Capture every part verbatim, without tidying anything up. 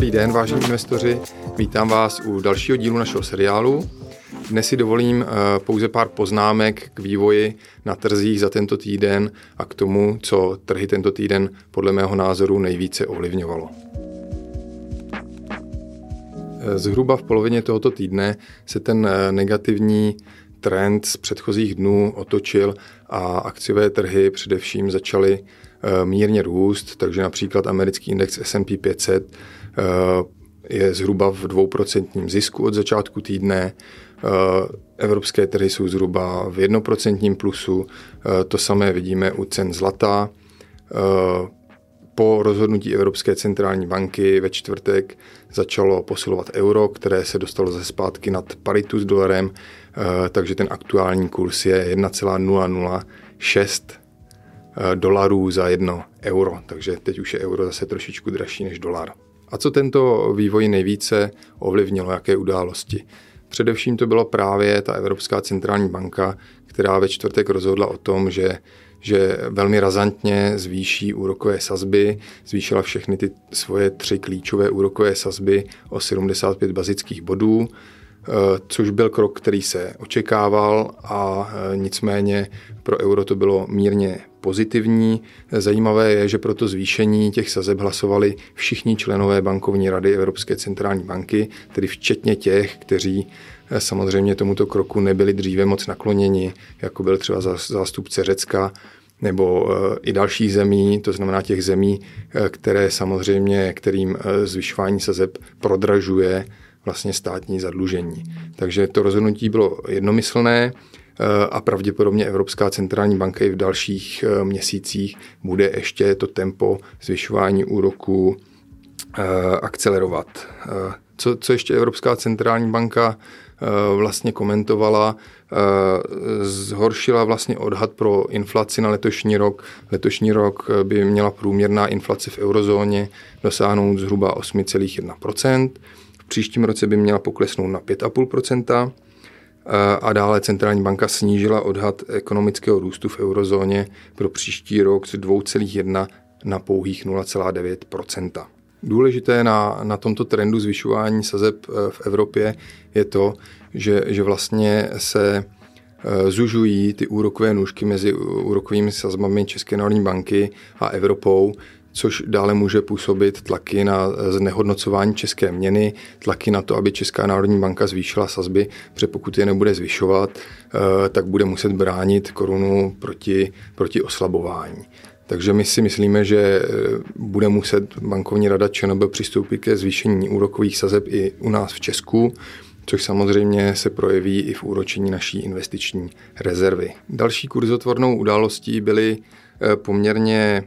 Dobrý den, vážení investoři, vítám vás u dalšího dílu našeho seriálu. Dnes si dovolím pouze pár poznámek k vývoji na trzích za tento týden a k tomu, co trhy tento týden podle mého názoru nejvíce ovlivňovalo. Zhruba v polovině tohoto týdne se ten negativní trend z předchozích dnů otočil a akciové trhy především začaly mírně růst, takže například americký index S and P pět set je zhruba v dvouprocentním zisku od začátku týdne, evropské trhy jsou zhruba v jednoprocentním plusu, to samé vidíme u cen zlata. Po rozhodnutí Evropské centrální banky ve čtvrtek začalo posilovat euro, které se dostalo ze zpátky nad paritu s dolarem, takže ten aktuální kurz je jedna celá nula nula šest dolarů za jedno euro, takže teď už je euro zase trošičku dražší než dolar. A co tento vývoj nejvíce ovlivnilo, jaké události? Především to byla právě ta Evropská centrální banka, která ve čtvrtek rozhodla o tom, že že velmi razantně zvýší úrokové sazby, zvýšila všechny ty svoje tři klíčové úrokové sazby o sedmdesát pět bazických bodů, což byl krok, který se očekával a nicméně pro euro to bylo mírně pozitivní. Zajímavé je, že pro to zvýšení těch sazeb hlasovali všichni členové bankovní rady Evropské centrální banky, tedy včetně těch, kteří samozřejmě tomuto kroku nebyli dříve moc nakloněni, jako byl třeba zástupce Řecka nebo i dalších zemí, to znamená těch zemí, které samozřejmě, kterým zvyšování sazeb prodražuje vlastně státní zadlužení. Takže to rozhodnutí bylo jednomyslné a pravděpodobně Evropská centrální banka i v dalších měsících bude ještě to tempo zvyšování úroků akcelerovat. Co, co ještě Evropská centrální banka vlastně komentovala, zhoršila vlastně odhad pro inflaci na letošní rok. Letošní rok by měla průměrná inflace v eurozóně dosáhnout zhruba osm celá jedna procenta. V příštím roce by měla poklesnout na pět celá pět procenta. A dále centrální banka snížila odhad ekonomického růstu v eurozóně pro příští rok z dvě celá jedna na pouhých nula celá devět procenta. Důležité na, na tomto trendu zvyšování sazeb v Evropě je to, že, že vlastně se zužují ty úrokové nůžky mezi úrokovými sazbami České národní banky a Evropou, což dále může působit tlaky na znehodnocování české měny, tlaky na to, aby Česká národní banka zvýšila sazby, protože pokud je nebude zvyšovat, tak bude muset bránit korunu proti, proti oslabování. Takže my si myslíme, že bude muset bankovní rada ČNB přistoupit ke zvýšení úrokových sazeb i u nás v Česku, což samozřejmě se projeví i v úročení naší investiční rezervy. Další kurzotvornou událostí byly poměrně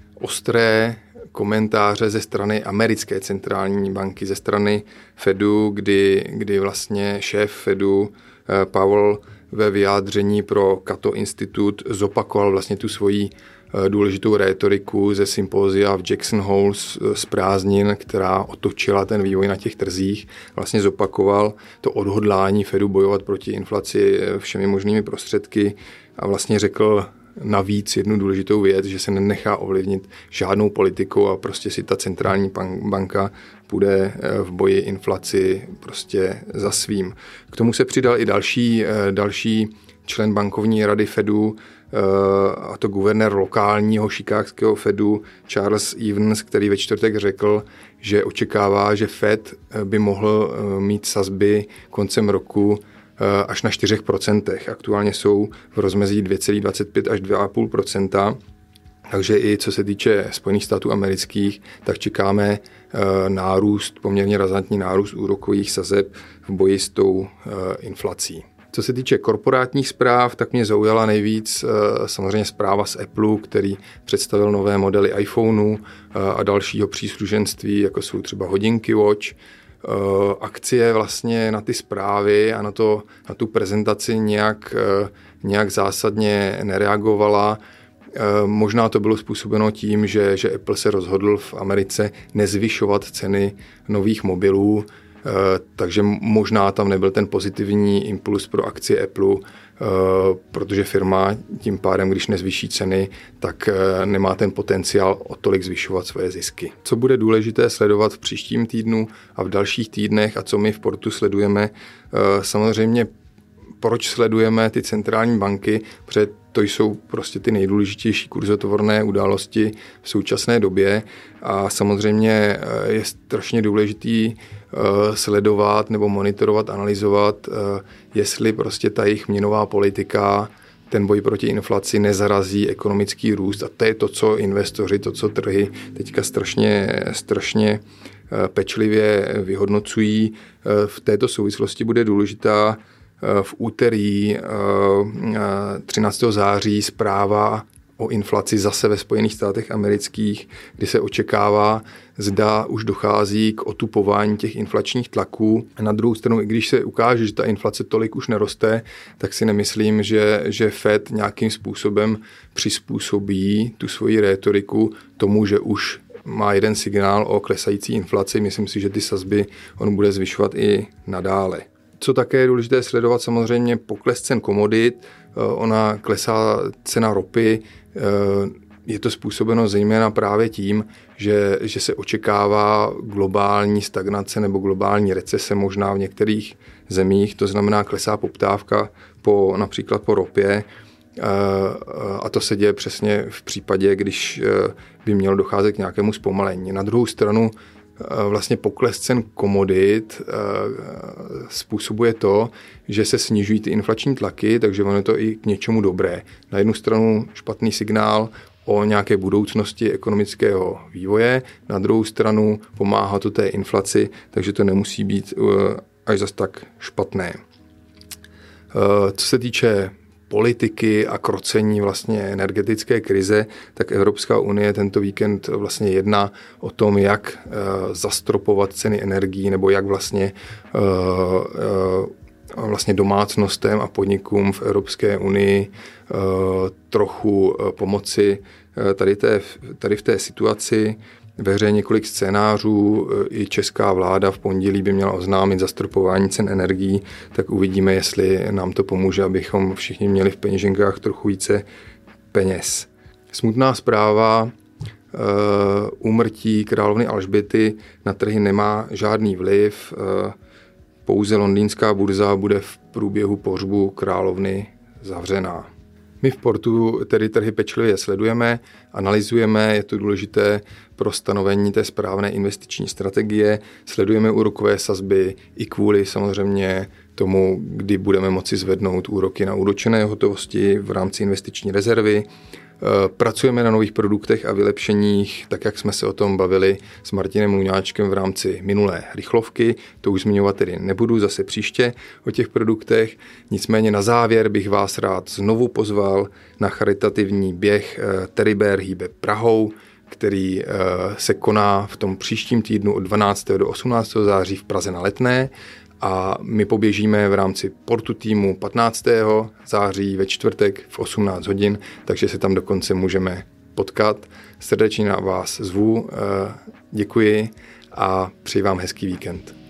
ostré komentáře ze strany americké centrální banky, ze strany Fedu, kdy, kdy vlastně šéf Fedu Powell ve vyjádření pro Cato Institute zopakoval vlastně tu svoji důležitou rétoriku ze sympózia v Jackson Hole z prázdnin, která otočila ten vývoj na těch trzích. Vlastně zopakoval to odhodlání Fedu bojovat proti inflaci všemi možnými prostředky a vlastně řekl navíc jednu důležitou věc, že se nenechá ovlivnit žádnou politikou a prostě si ta centrální banka půjde v boji inflaci prostě za svým. K tomu se přidal i další, další člen bankovní rady Fedu, a to guvernér lokálního chicagského Fedu Charles Evans, který ve čtvrtek řekl, že očekává, že Fed by mohl mít sazby koncem roku až na čtyři procenta. Aktuálně jsou v rozmezí dvě celá dvacet pět až dvě celá pět procenta. Takže i co se týče Spojených států amerických, tak čekáme nárůst, poměrně razantní nárůst úrokových sazeb v boji s tou inflací. Co se týče korporátních zpráv, tak mě zaujala nejvíc samozřejmě zpráva z Apple, který představil nové modely iPhoneu a dalšího příslušenství, jako jsou třeba hodinky Watch. Akcie vlastně na ty zprávy a na, to, na tu prezentaci nějak, nějak zásadně nereagovala. Možná to bylo způsobeno tím, že, že Apple se rozhodl v Americe nezvyšovat ceny nových mobilů, takže možná tam nebyl ten pozitivní impuls pro akcie Apple, protože firma tím pádem, když nezvýší ceny, tak nemá ten potenciál o tolik zvyšovat svoje zisky. Co bude důležité sledovat v příštím týdnu a v dalších týdnech a co my v Portu sledujeme, samozřejmě proč sledujeme ty centrální banky, protože to jsou prostě ty nejdůležitější kurzotvorné události v současné době a samozřejmě je strašně důležitý sledovat nebo monitorovat, analyzovat, jestli prostě ta jejich měnová politika, ten boj proti inflaci nezarazí ekonomický růst a to je to, co investoři, to, co trhy teďka strašně, strašně pečlivě vyhodnocují. V této souvislosti bude důležitá v úterý třináctého září zpráva o inflaci zase ve Spojených státech amerických, kdy se očekává, zda už dochází k otupování těch inflačních tlaků. Na druhou stranu, i když se ukáže, že ta inflace tolik už neroste, tak si nemyslím, že, že Fed nějakým způsobem přizpůsobí tu svoji rétoriku tomu, že už má jeden signál o klesající inflaci. Myslím si, že ty sazby on bude zvyšovat i nadále. Co také je důležité sledovat, samozřejmě pokles cen komodit, ona klesá cena ropy, je to způsobeno zejména právě tím, že, že se očekává globální stagnace nebo globální recese možná v některých zemích, to znamená klesá poptávka po, například po ropě a to se děje přesně v případě, když by mělo docházet k nějakému zpomalení. Na druhou stranu vlastně pokles cen komodit způsobuje to, že se snižují ty inflační tlaky, takže ono je to i k něčemu dobré. Na jednu stranu špatný signál o nějaké budoucnosti ekonomického vývoje, na druhou stranu pomáhá to té inflaci, takže to nemusí být až zas tak špatné. Co se týče politiky a krocení vlastně energetické krize, tak Evropská unie tento víkend vlastně jedná o tom, jak uh, zastropovat ceny energií nebo jak vlastně, uh, uh, vlastně domácnostem a podnikům v Evropské unii uh, trochu uh, pomoci uh, tady, té, tady v té situaci. Ve hře několik scénářů, i česká vláda v pondělí by měla oznámit zastropování cen energií, tak uvidíme, jestli nám to pomůže, abychom všichni měli v peněženkách trochu více peněz. Smutná zpráva, úmrtí královny Alžběty na trhy nemá žádný vliv, pouze londýnská burza bude v průběhu pohřbu královny zavřená. My v Portu tedy trhy pečlivě sledujeme, analyzujeme, je to důležité pro stanovení té správné investiční strategie, sledujeme úrokové sazby i kvůli samozřejmě tomu, kdy budeme moci zvednout úroky na úročené hotovosti v rámci investiční rezervy. Pracujeme na nových produktech a vylepšeních, tak jak jsme se o tom bavili s Martinem Luňáčkem v rámci minulé rychlovky. To už zmiňovat tedy nebudu, zase příště o těch produktech. Nicméně na závěr bych vás rád znovu pozval na charitativní běh Teddy Bear hýbe Prahou, který se koná v tom příštím týdnu od dvanáctého do osmnáctého září v Praze na Letné. A my poběžíme v rámci Portu týmu patnáctého září ve čtvrtek v osmnáct hodin, takže se tam dokonce můžeme potkat. Srdečně na vás zvu, děkuji a přeji vám hezký víkend.